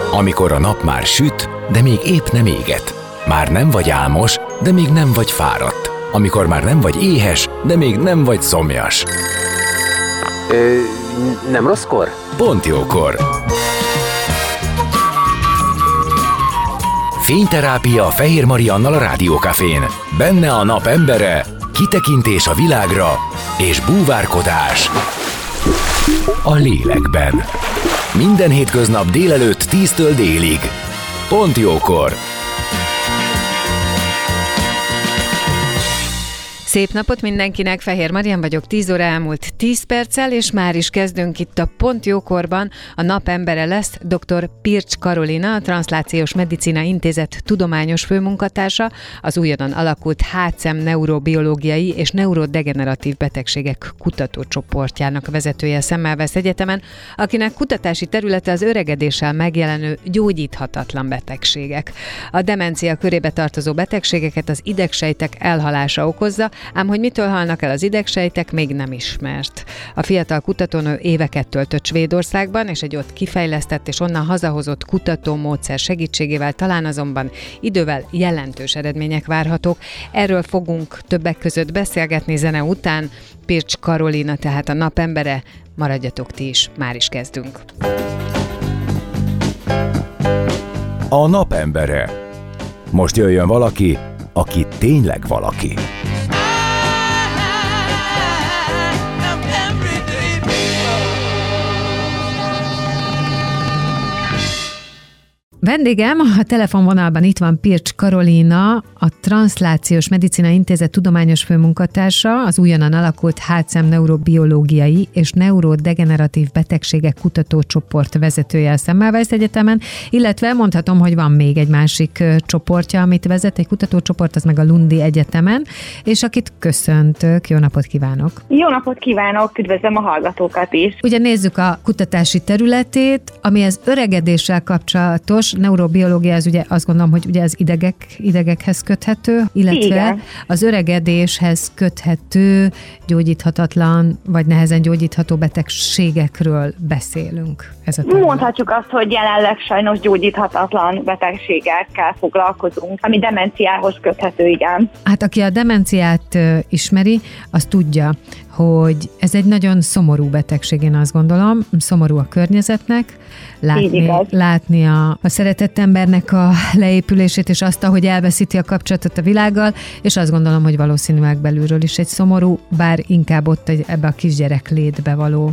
Amikor a nap már süt, de még épp nem éget. Már nem vagy álmos, de még nem vagy fáradt. Amikor már nem vagy éhes, de még nem vagy szomjas. Nem rosszkor? Pont jókor. Fényterápia Fehér Mariannal a Rádiókafén. Benne a nap embere, kitekintés a világra és búvárkodás a lélekben. Minden hétköznap délelőtt 10-től délig. Pont jókor. Szép napot mindenkinek, Fehér Marian vagyok, 10 óra elmúlt 10 perccel, és már is kezdünk itt a Pont Jókorban. A nap embere lesz dr. Pircs Karolina, a Transzlációs Medicina Intézet tudományos főmunkatársa, az újonnan alakult HCM neurobiológiai és neurodegeneratív betegségek kutatócsoportjának vezetője Szemmelweis Egyetemen, akinek kutatási területe az öregedéssel megjelenő gyógyíthatatlan betegségek. A demencia körébe tartozó betegségeket az idegsejtek elhalása okozza, ám hogy mitől halnak el az idegsejtek, még nem ismert. A fiatal kutatónő éveket töltött Svédországban, és egy ott kifejlesztett és onnan hazahozott kutatómódszer segítségével talán azonban idővel jelentős eredmények várhatók. Erről fogunk többek között beszélgetni zene után. Pircs Karolina, tehát a nap embere. Maradjatok ti is, már is kezdünk. A nap embere. Most jöjjön valaki, aki tényleg valaki. Vendégem a telefonvonalban itt van Pircs Karolina, a Transzlációs Medicina Intézet tudományos főmunkatársa, az újonnan alakult HCM neurobiológiai és neurodegeneratív betegségek kutatócsoport vezetője a Szemmelweis Egyetemen, illetve mondhatom, hogy van még egy másik csoportja, amit vezet, egy kutatócsoport, az meg a Lundi Egyetemen, és akit köszöntök. Jó napot kívánok! Jó napot kívánok, üdvözlöm a hallgatókat is! Ugye nézzük a kutatási területét, ami az öregedéssel kapcsolatos. Neurobiológia, az ugye azt gondolom, hogy ugye az idegekhez köthető, illetve igen, az öregedéshez köthető, gyógyíthatatlan, vagy nehezen gyógyítható betegségekről beszélünk. Mondhatjuk azt, hogy jelenleg sajnos gyógyíthatatlan betegségekkel foglalkozunk, ami demenciához köthető, igen. Hát aki a demenciát ismeri, az tudja, hogy ez egy nagyon szomorú betegség, én azt gondolom, szomorú a környezetnek, látni a szeretett embernek a leépülését, és azt, ahogy elveszíti a kapcsolatot a világgal, és azt gondolom, hogy valószínűleg belülről is egy szomorú, bár inkább ott ebbe a kisgyerek létbe való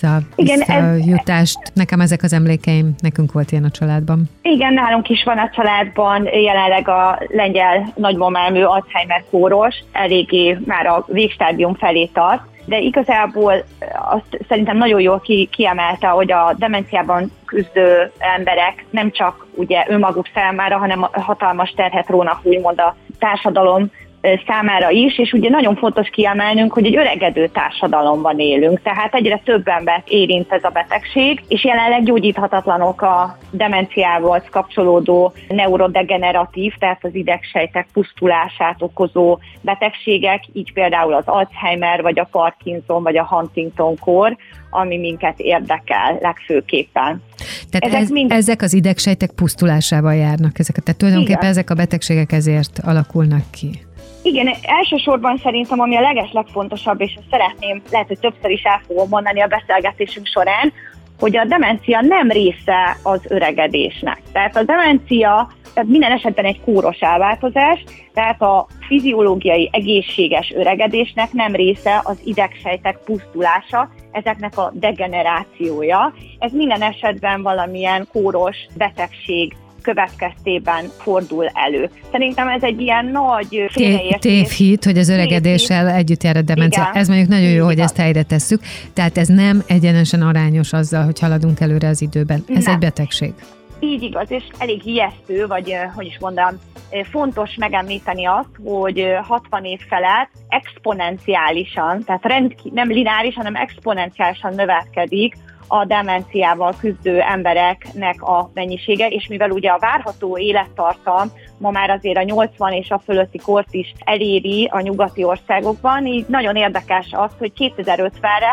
visszajutást. Nekem ezek az emlékeim, nekünk volt ilyen a családban. Igen, nálunk is van a családban, jelenleg a lengyel nagymamámő Alzheimer kóros, eléggé már a végstádium felé tart, de igazából azt szerintem nagyon jól kiemelte, hogy a demenciában küzdő emberek nem csak ugye önmaguk számára, hanem hatalmas terhet rónak úgymond a társadalom számára is, és ugye nagyon fontos kiemelnünk, hogy egy öregedő társadalomban élünk, tehát egyre több embert érint ez a betegség, és jelenleg gyógyíthatatlanok a demenciával kapcsolódó neurodegeneratív, tehát az idegsejtek pusztulását okozó betegségek, így például az Alzheimer, vagy a Parkinson, vagy a Huntington-kór, ami minket érdekel legfőképpen. Tehát ezek az idegsejtek pusztulásával járnak, tehát tulajdonképpen igen, ezek a betegségek ezért alakulnak ki. Igen, elsősorban szerintem, ami a legfontosabb, és szeretném, lehet, hogy többször is el fogom mondani a beszélgetésünk során, hogy a demencia nem része az öregedésnek. Tehát a demencia minden esetben egy kóros elváltozás, tehát a fiziológiai egészséges öregedésnek nem része az idegsejtek pusztulása, ezeknek a degenerációja. Ez minden esetben valamilyen kóros betegség következtében fordul elő. Szerintem ez egy ilyen nagy félreértés. Tévhit, hogy az öregedéssel együtt jár a demencia. Igen. Ez mondjuk nagyon jó, hogy ezt helyre tesszük. Tehát ez nem egyenesen arányos azzal, hogy haladunk előre az időben. Ez nem egy betegség. Így igaz, és elég ijesztő, vagy hogy is mondom, fontos megemlíteni azt, hogy 60 év felett exponenciálisan, tehát nem lineáris, hanem exponenciálisan növekedik a demenciával küzdő embereknek a mennyisége, és mivel ugye a várható élettartam ma már azért a 80 és a fölötti kort is eléri a nyugati országokban, így nagyon érdekes az, hogy 2050-re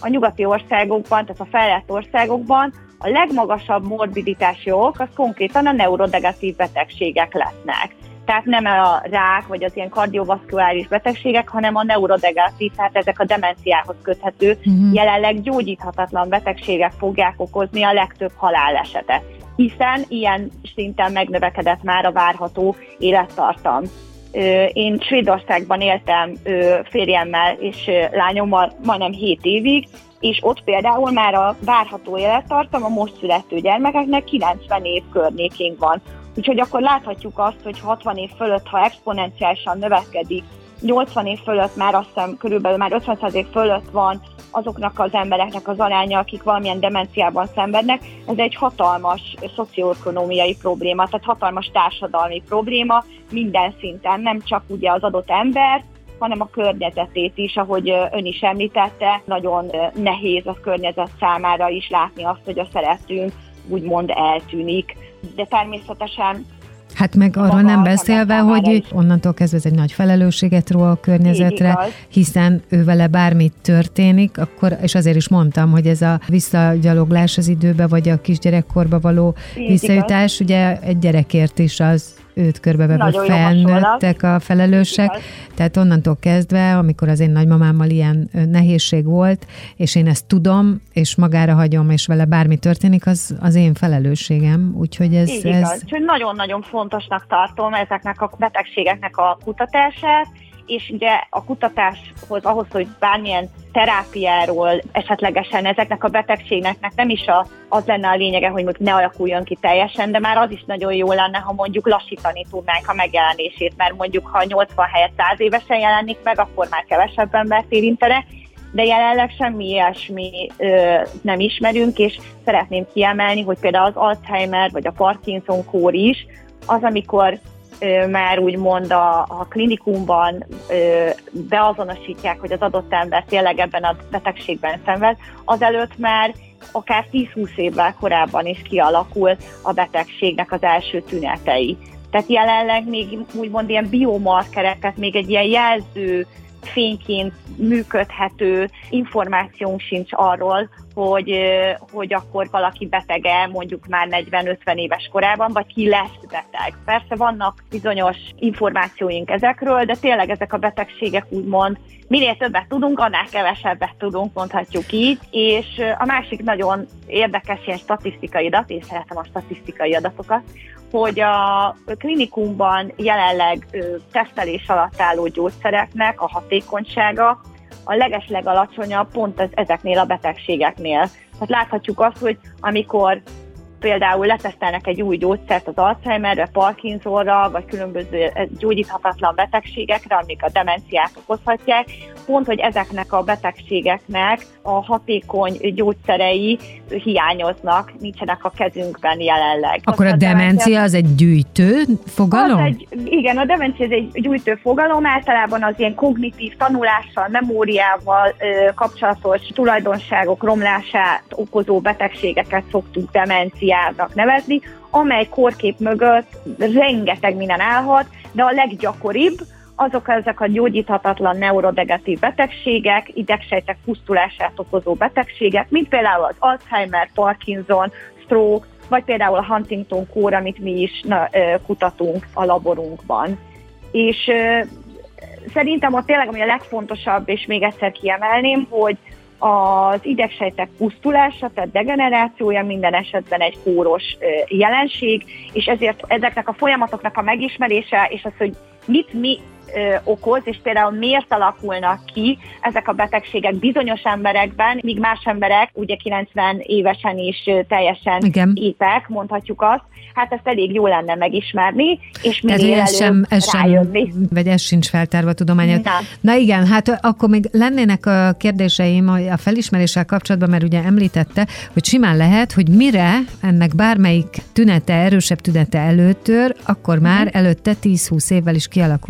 a nyugati országokban, tehát a fejlett országokban a legmagasabb morbiditási ok az konkrétan a neurodegeneratív betegségek lesznek. Tehát nem a rák, vagy az ilyen kardiovaszkuláris betegségek, hanem a neurodegeneratív, tehát ezek a demenciához köthető, jelenleg gyógyíthatatlan betegségek fogják okozni a legtöbb halálesetet, hiszen ilyen szinten megnövekedett már a várható élettartam. Én Svédországban éltem férjemmel és lányommal majdnem 7 évig, és ott például már a várható élettartam a most születő gyermekeknek 90 év környékén van. Úgyhogy akkor láthatjuk azt, hogy 60 év fölött, ha exponenciálisan növekedik, 80 év fölött már azt hiszem körülbelül már 50% fölött van azoknak az embereknek az aránya, akik valamilyen demenciában szenvednek. Ez egy hatalmas szocioökonómiai probléma, tehát hatalmas társadalmi probléma minden szinten, nem csak ugye az adott ember, hanem a környezetét is, ahogy ön is említette, nagyon nehéz a környezet számára is látni azt, hogy a szeretünk úgymond eltűnik. De természetesen hát meg arról nem beszélve, hogy onnantól kezdve ez egy nagy felelősséget ró a környezetre, hiszen ő vele bármit történik, akkor, és azért is mondtam, hogy ez a visszagyaloglás az időbe, vagy a kisgyerekkorba való visszajutás, ugye egy gyerekért is az őt körbevevő felnőttek a felelősek, tehát onnantól kezdve, amikor az én nagymamámmal ilyen nehézség volt, és én ezt tudom, és magára hagyom, és vele bármi történik, az én felelősségem, úgyhogy ez... Úgyhogy nagyon-nagyon fontosnak tartom ezeknek a betegségeknek a kutatását, és ugye a kutatáshoz, ahhoz, hogy bármilyen terápiáról esetlegesen ezeknek a betegségeknek nem is az lenne a lényege, hogy mondjuk ne alakuljon ki teljesen, de már az is nagyon jó lenne, ha mondjuk lassítani tudnánk a megjelenését, mert mondjuk ha 80 helyett 100 évesen jelenik meg, akkor már kevesebb embert érintene, de jelenleg semmi ilyesmi nem ismerünk, és szeretném kiemelni, hogy például az Alzheimer vagy a Parkinson-kór is, az, amikor már úgymond a klinikumban beazonosítják, hogy az adott ember tényleg ebben a betegségben szenved, azelőtt már akár 10-20 évvel korábban is kialakul a betegségnek az első tünetei. Tehát jelenleg még úgymond ilyen biomarkereket, még egy ilyen jelző fényként működhető információnk sincs arról, hogy akkor valaki betege mondjuk már 40-50 éves korában, vagy ki lesz beteg. Persze vannak bizonyos információink ezekről, de tényleg ezek a betegségek úgymond minél többet tudunk, annál kevesebbet tudunk, mondhatjuk így. És a másik nagyon érdekes ilyen statisztikai adat, én szeretem a statisztikai adatokat, hogy a klinikumban jelenleg tesztelés alatt álló gyógyszereknek a hatékonysága a legeslegalacsonyabb pont ezeknél a betegségeknél. Tehát láthatjuk azt, hogy amikor például letesztelnek egy új gyógyszert az Alzheimerre, Parkinsonra, vagy különböző gyógyíthatatlan betegségekre, amik a demenciát okozhatják, pont, hogy ezeknek a betegségeknek a hatékony gyógyszerei hiányoznak, nincsenek a kezünkben jelenleg. Akkor a demencia az egy gyűjtő fogalom? Igen, a demencia az egy gyűjtő fogalom, általában az ilyen kognitív tanulással, memóriával kapcsolatos tulajdonságok romlását okozó betegségeket szoktuk demenciának nevezni, amely korkép mögött rengeteg minden állhat, de a leggyakoribb ezek a gyógyíthatatlan neurodegeneratív betegségek, idegsejtek pusztulását okozó betegségek, mint például az Alzheimer, Parkinson, stroke, vagy például a Huntington-kór, amit mi is kutatunk a laborunkban. És szerintem ott tényleg ami a legfontosabb, és még egyszer kiemelném, hogy az idegsejtek pusztulása, tehát degenerációja minden esetben egy kóros jelenség, és ezért ezeknek a folyamatoknak a megismerése, és az, hogy mi okoz, és például miért alakulnak ki ezek a betegségek bizonyos emberekben, míg más emberek ugye 90 évesen is teljesen épek, mondhatjuk azt, hát ezt elég jó lenne megismerni, és minél előbb rájönni. Vagy ez sincs feltárva tudományos. Na igen, hát akkor még lennének a kérdéseim a felismeréssel kapcsolatban, mert ugye említette, hogy simán lehet, hogy mire ennek bármelyik tünete, erősebb tünete előttör, akkor már előtte 10-20 évvel is kialakulóban van a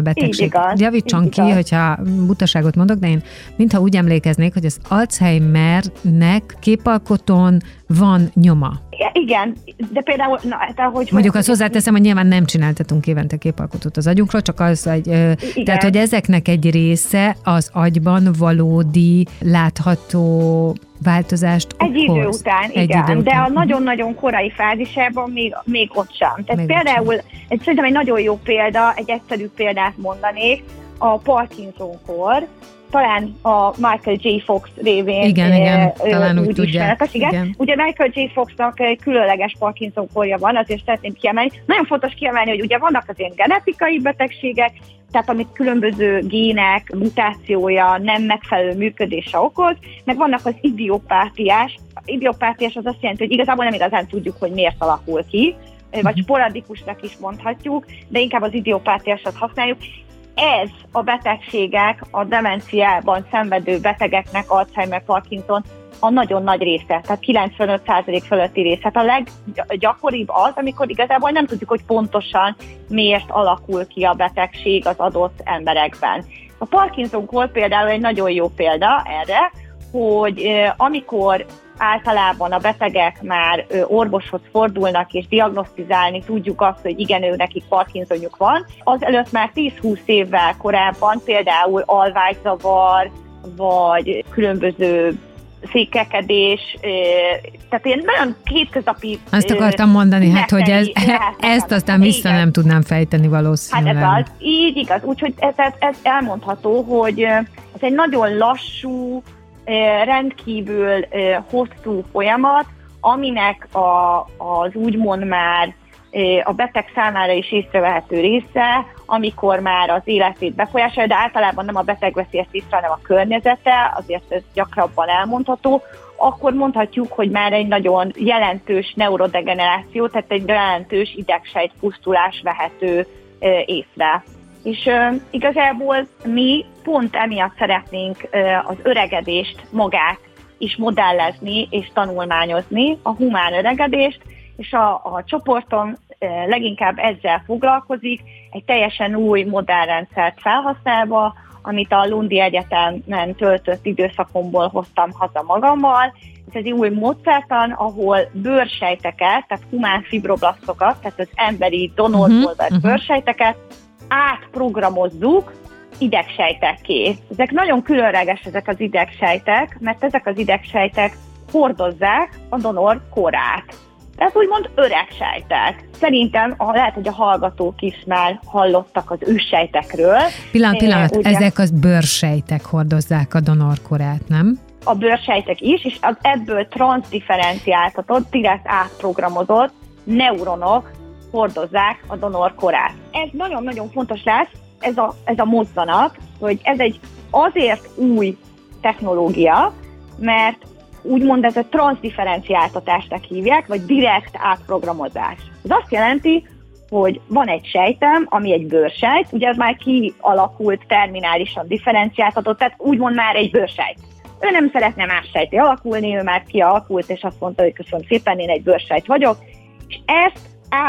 betegség. Javítson ki, hogyha butaságot mondok, de én mintha úgy emlékeznék, hogy az Alzheimernek képalkotón van nyoma. Igen, de például... Mondjuk azt hozzáteszem, hogy nyilván nem csináltatunk évente képalkotót az agyunkról, csak az, hogy, tehát, hogy ezeknek egy része az agyban valódi, látható változást okoz. Egy idő után, de a nagyon-nagyon korai fázisában még ott sem. Tehát még például, szerintem egy nagyon jó példa, egy egyszerű példát mondanék, a Parkinson-kor, talán a Michael J. Fox révén igen, talán úgy tudják. Igen. Ugye Michael J. Foxnak egy különleges Parkinson-korja van, azért szeretném kiemelni. Nagyon fontos kiemelni, hogy ugye vannak az ilyen genetikai betegségek, tehát amit különböző gének mutációja, nem megfelelő működése okoz, meg vannak az idiopátiás. Idiopátiás az azt jelenti, hogy igazából nem igazán tudjuk, hogy miért alakul ki, vagy sporadikusnak is mondhatjuk, de inkább az idiopátiásat használjuk. Ez a betegségek, a demenciában szenvedő betegeknek, Alzheimer, Parkinson a nagyon nagy része, tehát 95% fölötti része. Hát a leggyakoribb az, amikor igazából nem tudjuk, hogy pontosan miért alakul ki a betegség az adott emberekben. A Parkinson-kor például egy nagyon jó példa erre, hogy amikor általában a betegek már orvoshoz fordulnak és diagnosztizálni tudjuk azt, hogy igen, nekik Parkinsonjuk van. Azelőtt már 10-20 évvel korábban például alvágyzavar, vagy különböző székkelkedés, tehát ilyen nagyon hétköznapi... Azt akartam mondani, hát, hogy ezt aztán vissza nem tudnám fejteni valószínűleg. Hát ez az, így igaz, úgyhogy ez elmondható, hogy ez egy nagyon lassú, rendkívül hosszú folyamat, aminek az úgymond már a beteg számára is észrevehető része, amikor már az életét befolyásolja, de általában nem a beteg veszi ezt észre, hanem a környezete, azért ez gyakrabban elmondható, akkor mondhatjuk, hogy már egy nagyon jelentős neurodegeneráció, tehát egy jelentős idegsejt pusztulás vehető észre. És igazából mi pont emiatt szeretnénk az öregedést magát is modellezni és tanulmányozni, a humán öregedést, és a csoportom leginkább ezzel foglalkozik, egy teljesen új modellrendszert felhasználva, amit a Lundi Egyetemen töltött időszakomból hoztam haza magammal. Ez egy új módszertan, ahol bőrsejteket, tehát humán fibroblasztokat, tehát az emberi donorból vett bőrsejteket átprogramozzuk idegsejtekké. Ezek nagyon különleges ezek az idegsejtek, mert ezek az idegsejtek hordozzák a donor korát. Tehát úgymond öreg sejtek. Szerintem lehet, hogy a hallgatók is már hallottak az őssejtekről. Pillanat, ezek az bőrsejtek hordozzák a donorkorát, nem? A bőrsejtek is, és az ebből transzdifferenciáltatott, direkt átprogramozott neuronok hordozzák a donorkorát. Ez nagyon-nagyon fontos lesz, ez a mozzanat, hogy ez egy azért új technológia, mert úgymond ez a transzdifferenciáltatásnak hívják, vagy direkt átprogramozás. Ez azt jelenti, hogy van egy sejtem, ami egy bőrsejt, ugye ez már kialakult, terminálisan differenciáltatott, tehát úgymond már egy bőrsejt. Ő nem szeretne más sejté alakulni, ő már kialakult, és azt mondta, hogy köszönöm szépen, én egy bőrsejt vagyok, és ezt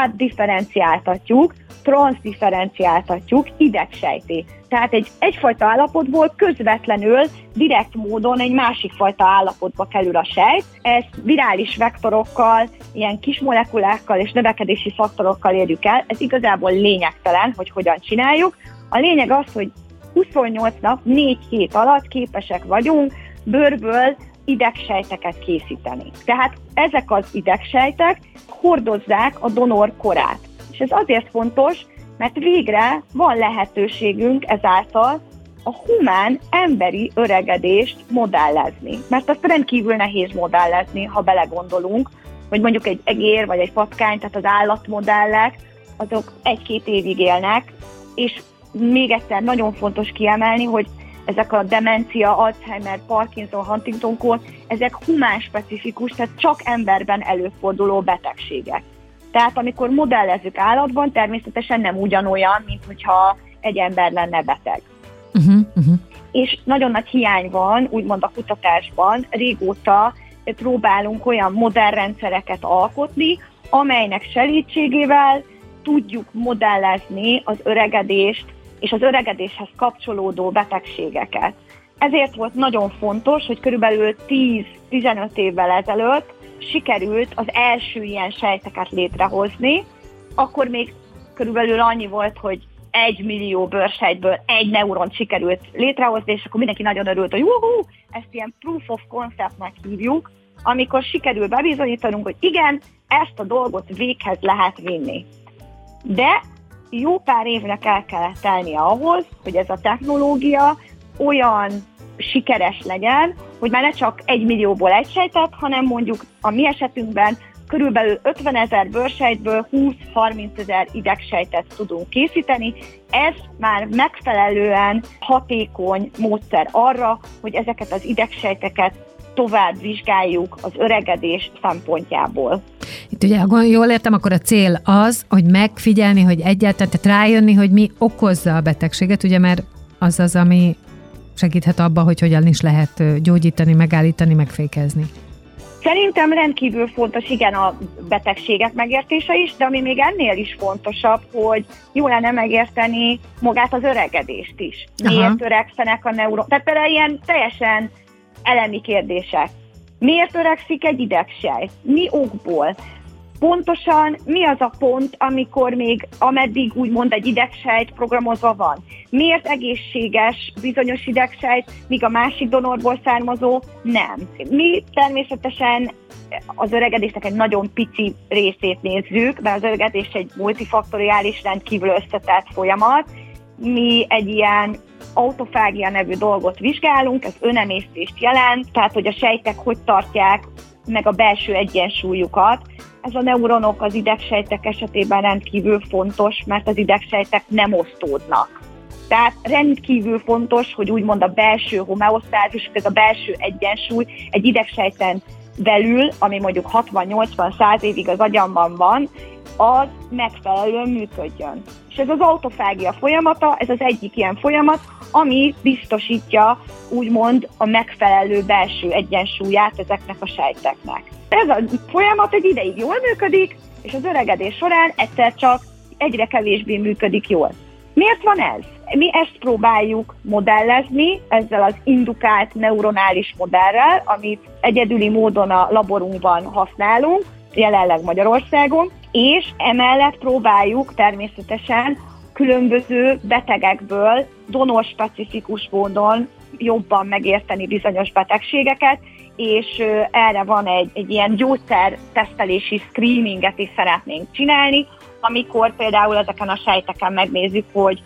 átdifferenciáltatjuk, transzdifferenciáltatjuk idegsejté. Tehát egyfajta állapotból közvetlenül, direkt módon egy másik fajta állapotba kerül a sejt. Ezt virális vektorokkal, ilyen kis molekulákkal és növekedési faktorokkal érjük el. Ez igazából lényegtelen, hogy hogyan csináljuk. A lényeg az, hogy 28 nap, 4 hét alatt képesek vagyunk bőrből idegsejteket készíteni. Tehát ezek az idegsejtek hordozzák a donor korát. És ez azért fontos, mert végre van lehetőségünk ezáltal a humán emberi öregedést modellezni. Mert azt rendkívül nehéz modellezni, ha belegondolunk, hogy mondjuk egy egér vagy egy patkány, tehát az állatmodellek, azok 1-2 évig élnek, és még egyszer nagyon fontos kiemelni, hogy ezek a demencia, Alzheimer, Parkinson, Huntington-kór, ezek humán specifikus, tehát csak emberben előforduló betegségek. Tehát amikor modellezzük állatban, természetesen nem ugyanolyan, mint hogyha egy ember lenne beteg. És nagyon nagy hiány van, úgymond a kutatásban, régóta próbálunk olyan modellrendszereket alkotni, amelynek segítségével tudjuk modellezni az öregedést és az öregedéshez kapcsolódó betegségeket. Ezért volt nagyon fontos, hogy körülbelül 10-15 évvel ezelőtt sikerült az első ilyen sejteket létrehozni. Akkor még körülbelül annyi volt, hogy 1 millió bőrsejtből 1 neuront sikerült létrehozni, és akkor mindenki nagyon örült, hogy ezt ilyen proof of conceptnek hívjuk, amikor sikerül bebizonyítanunk, hogy igen, ezt a dolgot véghez lehet vinni. De jó pár évnek el kellett telnie ahhoz, hogy ez a technológia olyan sikeres legyen, hogy már ne csak 1 millióból egy sejtet, hanem mondjuk a mi esetünkben körülbelül 50 000 bőrsejtből 20-30 000 idegsejtet tudunk készíteni. Ez már megfelelően hatékony módszer arra, hogy ezeket az idegsejteket tovább vizsgáljuk az öregedés szempontjából. Itt ugye, ha jól értem, akkor a cél az, hogy megfigyelni, hogy egyáltalán, tehát rájönni, hogy mi okozza a betegséget, ugye, mert az az, ami segíthet abba, hogy hogyan is lehet gyógyítani, megállítani, megfékezni. Szerintem rendkívül fontos, igen, a betegségek megértése is, de ami még ennél is fontosabb, hogy jó lenne megérteni magát az öregedést is. Miért öregszenek a tehát például ilyen teljesen elemi kérdések. Miért öregszik egy idegsejt? Mi okból? Pontosan mi az a pont, amikor még ameddig úgymond egy idegsejt programozva van? Miért egészséges bizonyos idegsejt, míg a másik donorból származó nem? Mi természetesen az öregedésnek egy nagyon pici részét nézzük, mert az öregedés egy multifaktoriális, rendkívül összetett folyamat. Mi egy ilyen autofágia nevű dolgot vizsgálunk, ez önemésztést jelent, tehát hogy a sejtek hogy tartják meg a belső egyensúlyukat. Ez a neuronok az idegsejtek esetében rendkívül fontos, mert az idegsejtek nem osztódnak. Tehát rendkívül fontos, hogy úgymond a belső homeosztázis, ez a belső egyensúly egy idegsejten belül, ami mondjuk 60-80-100 évig az agyamban van, az megfelelően működjön. És ez az autofágia folyamata, ez az egyik ilyen folyamat, ami biztosítja úgymond a megfelelő belső egyensúlyát ezeknek a sejteknek. Ez a folyamat egy ideig jól működik, és az öregedés során egyszer csak egyre kevésbé működik jól. Miért van ez? Mi ezt próbáljuk modellezni ezzel az indukált neuronális modellrel, amit egyedüli módon a laborunkban használunk, jelenleg Magyarországon, és emellett próbáljuk természetesen különböző betegekből donorspecifikus módon jobban megérteni bizonyos betegségeket, és erre van egy ilyen gyógyszertesztelési screeninget is szeretnénk csinálni, amikor például ezeken a sejteken megnézzük, hogy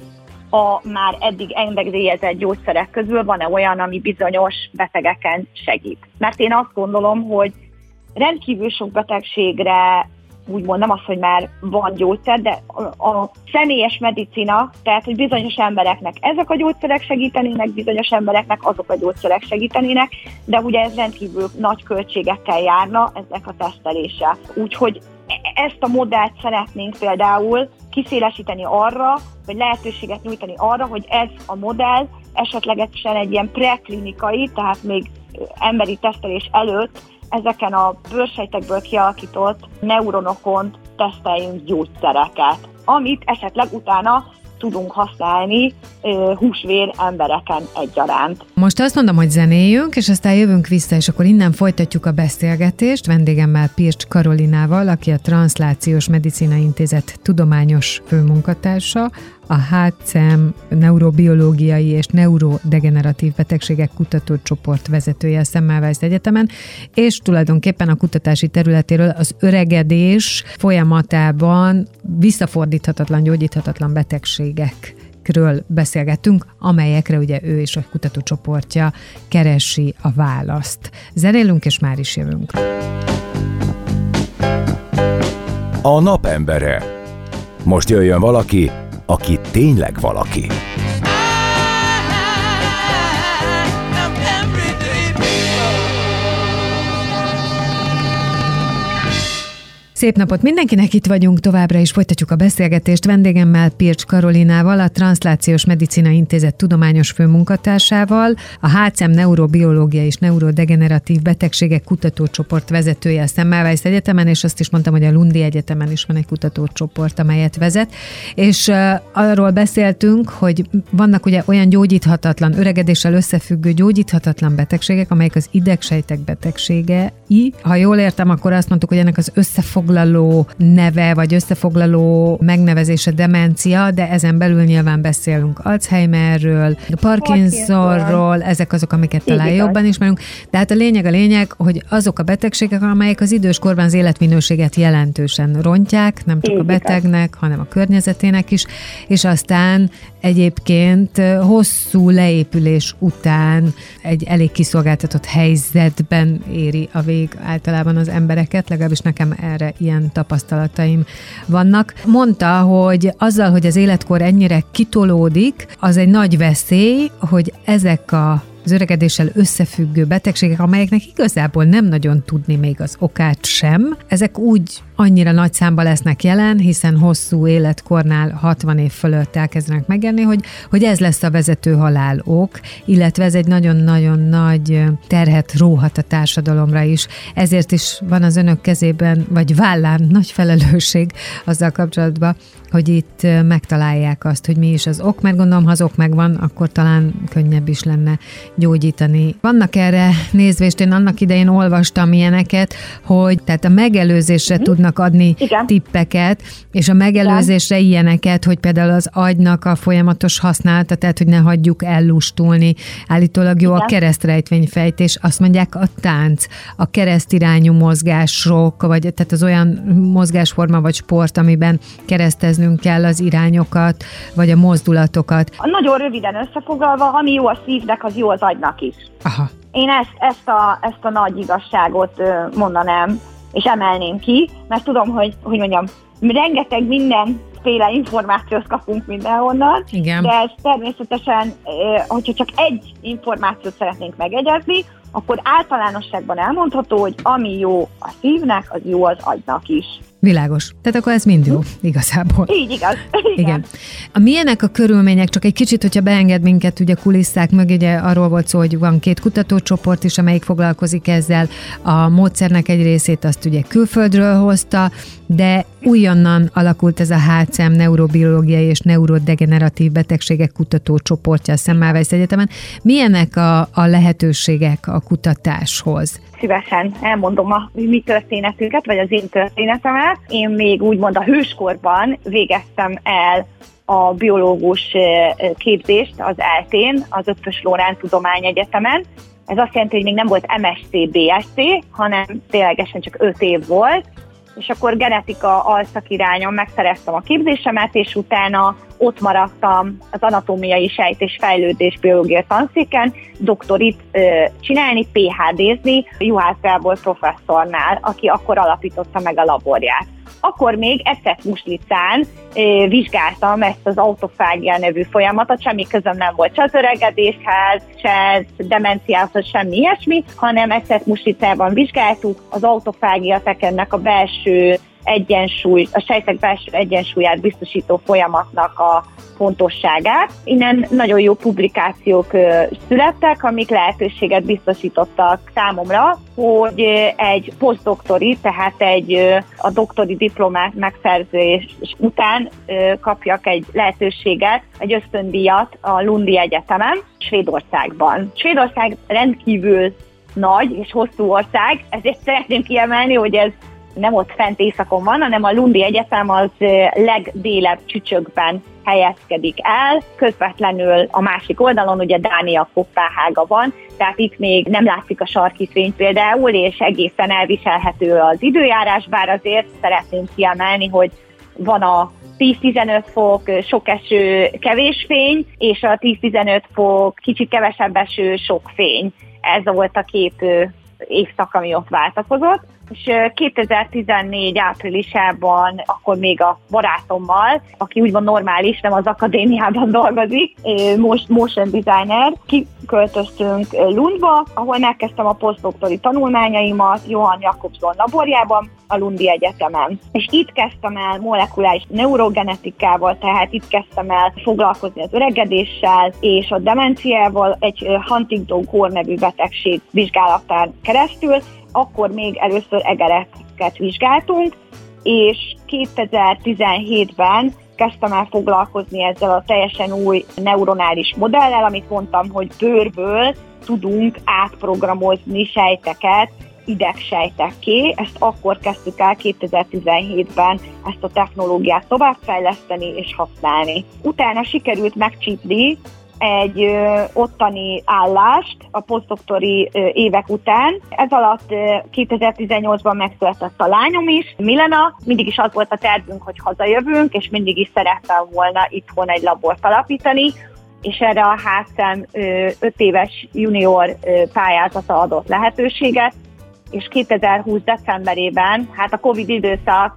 a már eddig engedélyezett gyógyszerek közül van-e olyan, ami bizonyos betegeken segít. Mert én azt gondolom, hogy rendkívül sok betegségre úgymond nem az, hogy már van gyógyszer, de a személyes medicina, tehát hogy bizonyos embereknek ezek a gyógyszerek segítenének, bizonyos embereknek azok a gyógyszerek segítenének, de ugye ez rendkívül nagy költségekkel járna ezek a tesztelése. Úgyhogy ezt a modellt szeretnénk például kiszélesíteni arra, vagy lehetőséget nyújtani arra, hogy ez a modell esetlegesen egy ilyen preklinikai, tehát még emberi tesztelés előtt ezeken a bőrsejtekből kialakított neuronokon teszteljünk gyógyszereket, amit esetleg utána tudunk használni húsvér embereken egyaránt. Most azt mondom, hogy zenéljünk, és aztán jövünk vissza, és akkor innen folytatjuk a beszélgetést vendégemmel, Pircs Karolinával, aki a Transzlációs Medicina Intézet tudományos főmunkatársa, a HCM neurobiológiai és neurodegeneratív betegségek kutatócsoport vezetője a Semmelweis Egyetemen, és tulajdonképpen a kutatási területéről az öregedés folyamatában visszafordíthatatlan, gyógyíthatatlan betegségekről beszélgettünk, amelyekre ugye ő és a kutatócsoportja keresi a választ. Zenélünk, és már is jövünk. A napembere. Most jöjjön valaki, aki tényleg valaki. Szép napot mindenkinek, itt vagyunk továbbra is, folytatjuk a beszélgetést vendégemmel, Pircs Karolinával, a Transzlációs Medicina Intézet tudományos főmunkatársával, a HCM neurobiológia és neurodegeneratív betegségek kutatócsoport vezetője a Semmelweis Egyetemen, és azt is mondtam, hogy a Lundi Egyetemen is van egy kutatócsoport, amelyet vezet, és arról beszéltünk, hogy vannak ugye olyan gyógyíthatatlan, öregedéssel összefüggő gyógyíthatatlan betegségek, amelyek az idegsejtek betegségei. Ha jól értem, akkor azt mondtuk, hogy ennek az összefoglaló neve, vagy összefoglaló megnevezése demencia, de ezen belül nyilván beszélünk Alzheimerről, Parkinsonról, ezek azok, amiket talán jobban ismerünk. De hát a lényeg, hogy azok a betegségek, amelyek az időskorban az életminőséget jelentősen rontják, nem csak a betegnek, hanem a környezetének is, és aztán egyébként hosszú leépülés után egy elég kiszolgáltatott helyzetben éri a vég általában az embereket, legalábbis nekem erre ilyen tapasztalataim vannak. Mondta, hogy azzal, hogy az életkor ennyire kitolódik, az egy nagy veszély, hogy ezek az öregedéssel összefüggő betegségek, amelyeknek igazából nem nagyon tudni még az okát sem, ezek úgy annyira nagy számba lesznek jelen, hiszen hosszú életkornál 60 év fölött elkezdenek megjelenni, hogy ez lesz a vezető halál ok, illetve ez egy nagyon-nagyon nagy terhet róhat a társadalomra is. Ezért is van az önök kezében, vagy vállán nagy felelősség azzal kapcsolatban, hogy itt megtalálják azt, hogy mi is az ok, mert gondolom, ha az ok megvan, akkor talán könnyebb is lenne gyógyítani. Vannak erre nézvést, én annak idején olvastam ilyeneket, hogy tehát a megelőzésre tudnak adni tippeket, és a megelőzésre ilyeneket, hogy például az agynak a folyamatos használata, tehát hogy ne hagyjuk ellustulni. Állítólag jó a keresztrejtvényfejtés, azt mondják a tánc, a keresztirányú mozgások, vagy tehát az olyan mozgásforma vagy sport, amiben kereszteznünk kell az irányokat, vagy a mozdulatokat. Nagyon röviden összefoglalva, ami jó a szívnek, az jó az agynak is. Aha. Én ezt a nagy igazságot mondanám, és emelném ki, mert tudom, hogy mondjam, rengeteg mindenféle információt kapunk mindenhonnan, igen. De ez természetesen, hogyha csak egy információt szeretnénk megegyezni, akkor általánosságban elmondható, hogy ami jó a szívnek, az jó az agynak is. Világos. Tehát akkor ez mind jó, igazából. Így igaz. Igen. Milyenek a körülmények, csak egy kicsit, hogyha beenged minket ugye kulisszák mögé, ugye arról volt szó, hogy van 2 kutatócsoport is, amelyik foglalkozik ezzel. A módszernek egy részét azt ugye külföldről hozta, de újonnan alakult ez a HCM neurobiológiai és neurodegeneratív betegségek kutatócsoportja a Semmelweis Egyetemen. Milyenek a lehetőségek a kutatáshoz? Szívesen elmondom a mi történetünket, vagy az én történetemet. Én még úgymond a hőskorban végeztem el a biológus képzést az ELTE-n, az Eötvös Loránd Tudományegyetemen. Ez azt jelenti, hogy még nem volt MSc, BSc, hanem ténylegesen csak 5 év volt, és akkor genetika alszakirányon megszereztem a képzésemet, és utána ott maradtam az anatómiai sejt- és fejlődés biológia tanszéken, doktorit csinálni, PhD-zni Juhász Gábor professzornál, aki akkor alapította meg a laborját. Akkor még Esztergom-Muslicán vizsgáltam ezt az autofágia nevű folyamatot, semmi közöm nem volt se az öregedéshez, se demenciához, semmi ilyesmi, hanem Esztergom-Muslicában vizsgáltuk az autofágia tekernek a belső egyensúly, a sejtek belső egyensúlyát biztosító folyamatnak a fontosságát. Innen nagyon jó publikációk születtek, amik lehetőséget biztosítottak számomra, hogy egy posztdoktori, tehát a doktori diplomát megszerzés után kapjak egy lehetőséget, egy ösztöndíjat a Lundi Egyetemen, Svédországban. Svédország rendkívül nagy és hosszú ország, ezért szeretném kiemelni, hogy ez nem ott fent északon van, hanem a Lundi Egyetem az legdélebb csücsökben helyezkedik el, közvetlenül a másik oldalon ugye Dánia, Koppenhága van, tehát itt még nem látszik a sarki fény például, és egészen elviselhető az időjárás, bár azért szeretném kiemelni, hogy van a 10-15 fok, sok eső, kevés fény, és a 10-15 fok, kicsit kevesebb eső, sok fény. Ez volt a 2 évszak, ami ott váltakozott. És 2014 áprilisában akkor még a barátommal, aki úgymond normális, nem az akadémiában dolgozik, motion designer, kiköltöztünk Lundba, ahol megkezdtem a posztdoktori tanulmányaimat Johann Jakobson laborjában, a Lundi Egyetemen. És itt kezdtem el molekuláris neurogenetikával, tehát itt kezdtem el foglalkozni az öregedéssel és a demenciával egy Huntington-kór nevű betegség vizsgálatán keresztül. Akkor még először egereket vizsgáltunk, és 2017-ben kezdtem el foglalkozni ezzel a teljesen új neuronális modellel, amit mondtam, hogy bőrből tudunk átprogramozni sejteket idegsejtekké. Ezt akkor kezdtük el 2017-ben ezt a technológiát továbbfejleszteni és használni. Utána sikerült megcsípni egy ottani állást a posztdoktori évek után. Ez alatt 2018-ban megszületett a lányom is, Milena. Mindig is az volt a tervünk, hogy hazajövünk, és mindig is szerettem volna itthon egy labort alapítani, és erre a HCEM 5 éves junior pályázata adott lehetőséget, és 2020 decemberében, hát a Covid időszak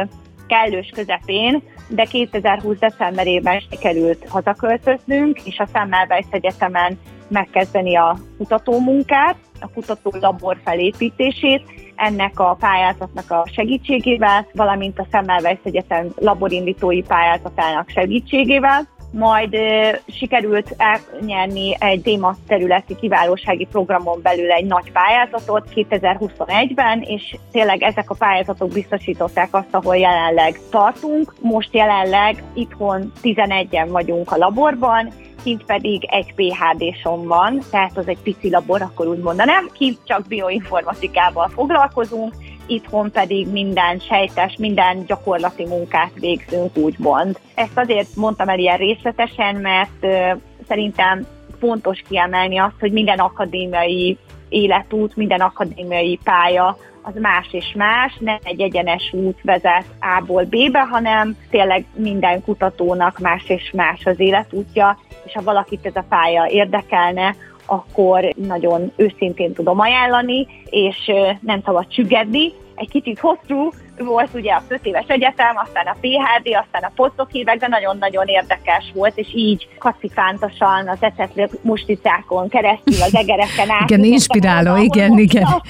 kellős közepén, de 2020 decemberében sikerült hazaköltöznünk, és a Semmelweis Egyetemen megkezdeni a kutatómunkát, a kutatólabor felépítését, ennek a pályázatnak a segítségével, valamint a Semmelweis Egyetem laborindítói pályázatának segítségével. Majd sikerült elnyerni egy tématerületi kiválósági programon belül egy nagy pályázatot 2021-ben, és tényleg ezek a pályázatok biztosították azt, ahol jelenleg tartunk. Most jelenleg itthon 11-en vagyunk a laborban, kint pedig egy PhD-son van, tehát az egy pici labor, akkor úgy mondanám, kint csak bioinformatikával foglalkozunk, itthon pedig minden sejtes, minden gyakorlati munkát végzünk, úgymond. Ezt azért mondtam el ilyen részletesen, mert szerintem fontos kiemelni azt, hogy minden akadémiai életút, minden akadémiai pálya az más és más, nem egy egyenes út vezet A-ból B-be, hanem tényleg minden kutatónak más és más az életútja, és ha valakit ez a pálya érdekelne, akkor nagyon őszintén tudom ajánlani, és nem szabad csüggedni. Egy kicsit hosszú volt ugye a 5 éves egyetem, aztán a PhD, aztán a posztdoc évek, de nagyon-nagyon érdekes volt, és így kacifántosan az ecetli musticákon keresztül, az egereken át. Igen, inspiráló, igen.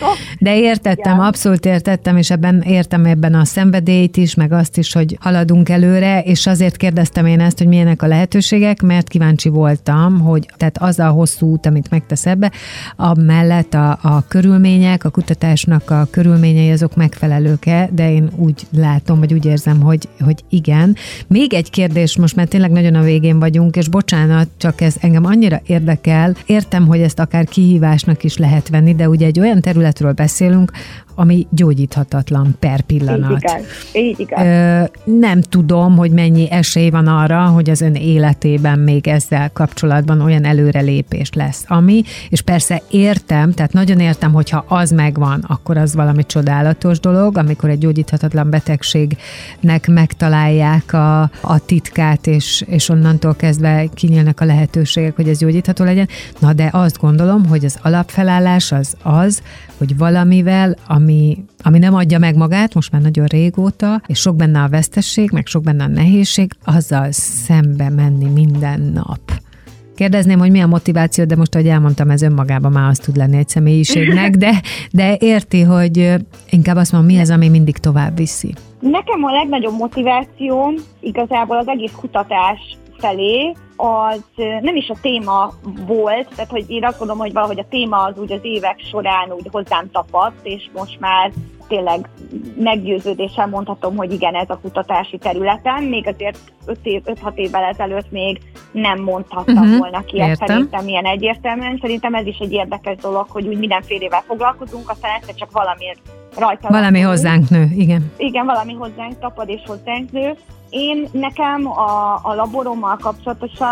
De értettem, igen. Abszolút értettem, és értem a szenvedélyt is, meg azt is, hogy haladunk előre, és azért kérdeztem én ezt, hogy milyenek a lehetőségek, mert kíváncsi voltam, hogy tehát az a hosszú út, amit megtesz ebbe, amellett a körülmények, a kutatásnak a körülményei azok megfelelők-e, de én úgy látom, vagy úgy érzem, hogy igen. Még egy kérdés, most már tényleg nagyon a végén vagyunk, és bocsánat, csak ez engem annyira érdekel. Értem, hogy ezt akár kihívásnak is lehet venni, de ugye egy olyan területről beszélünk, ami gyógyíthatatlan per pillanat. Így igaz. Nem tudom, hogy mennyi esély van arra, hogy az ön életében még ezzel kapcsolatban olyan előrelépés lesz, és persze értem, tehát nagyon értem, hogyha az megvan, akkor az valami csodálatos dolog, amikor egy gyógyíthatatlan betegségnek megtalálják a titkát, és onnantól kezdve kinyílnak a lehetőségek, hogy ez gyógyítható legyen. Na de azt gondolom, hogy az alapfelállás az, hogy valamivel, ami nem adja meg magát, most már nagyon régóta, és sok benne a vesztesség, meg sok benne a nehézség, azzal szembe menni minden nap. Kérdezném, hogy mi a motiváció, de most, ahogy elmondtam, ez önmagában már az tud lenni egy személyiségnek, de érti, hogy inkább azt mondom, mi az, ami mindig tovább viszi? Nekem a legnagyobb motivációm igazából az egész kutatás felé, az nem is a téma volt, tehát hogy én azt gondolom, hogy valahogy a téma az úgy az évek során úgy hozzám tapadt, és most már tényleg meggyőződéssel mondhatom, hogy igen, ez a kutatási területen, még azért 5-6 évvel ezelőtt még nem mondhattam volna ki, ezt szerintem ilyen egyértelműen. Szerintem ez is egy érdekes dolog, hogy úgy mindenfélével foglalkozunk, aztán egyszer csak valamiért rajta. Valami hozzánk nő, igen. Igen, valami hozzánk tapad és hozzánk nő. Nekem a laborommal kapcsolatosan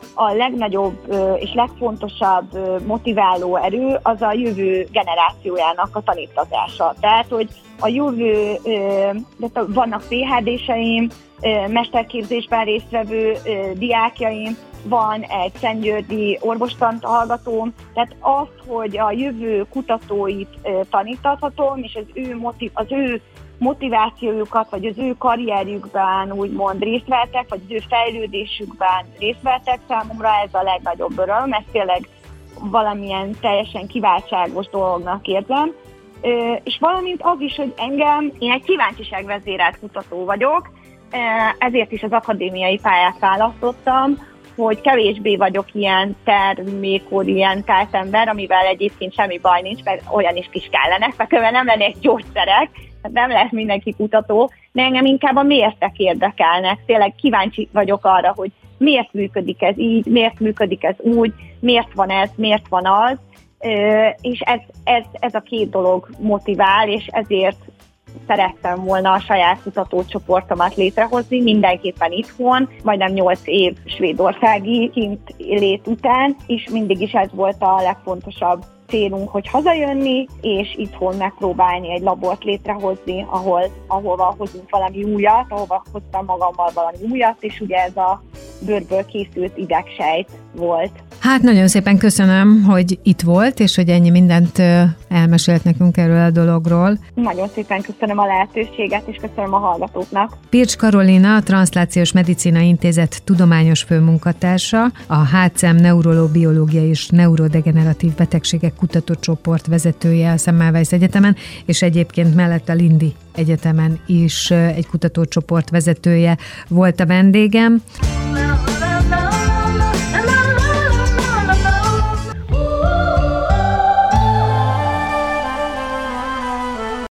a legnagyobb és legfontosabb motiváló erő az a jövő generációjának a tanítatása. Tehát, hogy a jövő, vannak PhD-seim, mesterképzésben résztvevő diákjaim, van egy szentgyörgyi orvostant hallgatóm, tehát az, hogy a jövő kutatóit tanítathatom, és az ő motivációjukat, vagy az ő karrierjükben úgymond részt vettek, vagy az ő fejlődésükben részt vettek, számomra ez a legnagyobb öröm, ezt tényleg valamilyen teljesen kiváltságos dolognak érzem. És valamint az is, hogy én egy kíváncsiságvezérelt kutató vagyok, ezért is az akadémiai pályát választottam, hogy kevésbé vagyok ilyen termékorientált ember, amivel egyébként semmi baj nincs, mert olyan is kellenek, mert nem lennék gyógyszerek, tehát nem lesz mindenki kutató, de engem inkább a miértek érdekelnek. Tényleg kíváncsi vagyok arra, hogy miért működik ez így, miért működik ez úgy, miért van ez, miért van az, és ez a két dolog motivál, és ezért szerettem volna a saját kutatócsoportomat létrehozni, mindenképpen itthon, majdnem 8 év svédországi kint lét után, és mindig is ez volt a legfontosabb célunk, hogy hazajönni, és itthon megpróbálni egy labort létrehozni, ahova hozunk valami újat, ahova hoztam magammal valami újat, és ugye ez a bőrből készült idegsejt volt. Hát nagyon szépen köszönöm, hogy itt volt, és hogy ennyi mindent elmesélt nekünk erről a dologról. Nagyon szépen köszönöm a lehetőséget, és köszönöm a hallgatóknak. Pircs Karolina, a Transzlációs Medicina Intézet tudományos főmunkatársa, a HCM neurológiai és neurodegeneratív betegségek kutatócsoport vezetője a Semmelweis Egyetemen, és egyébként mellett a Lindi Egyetemen is egy kutatócsoport vezetője volt a vendégem.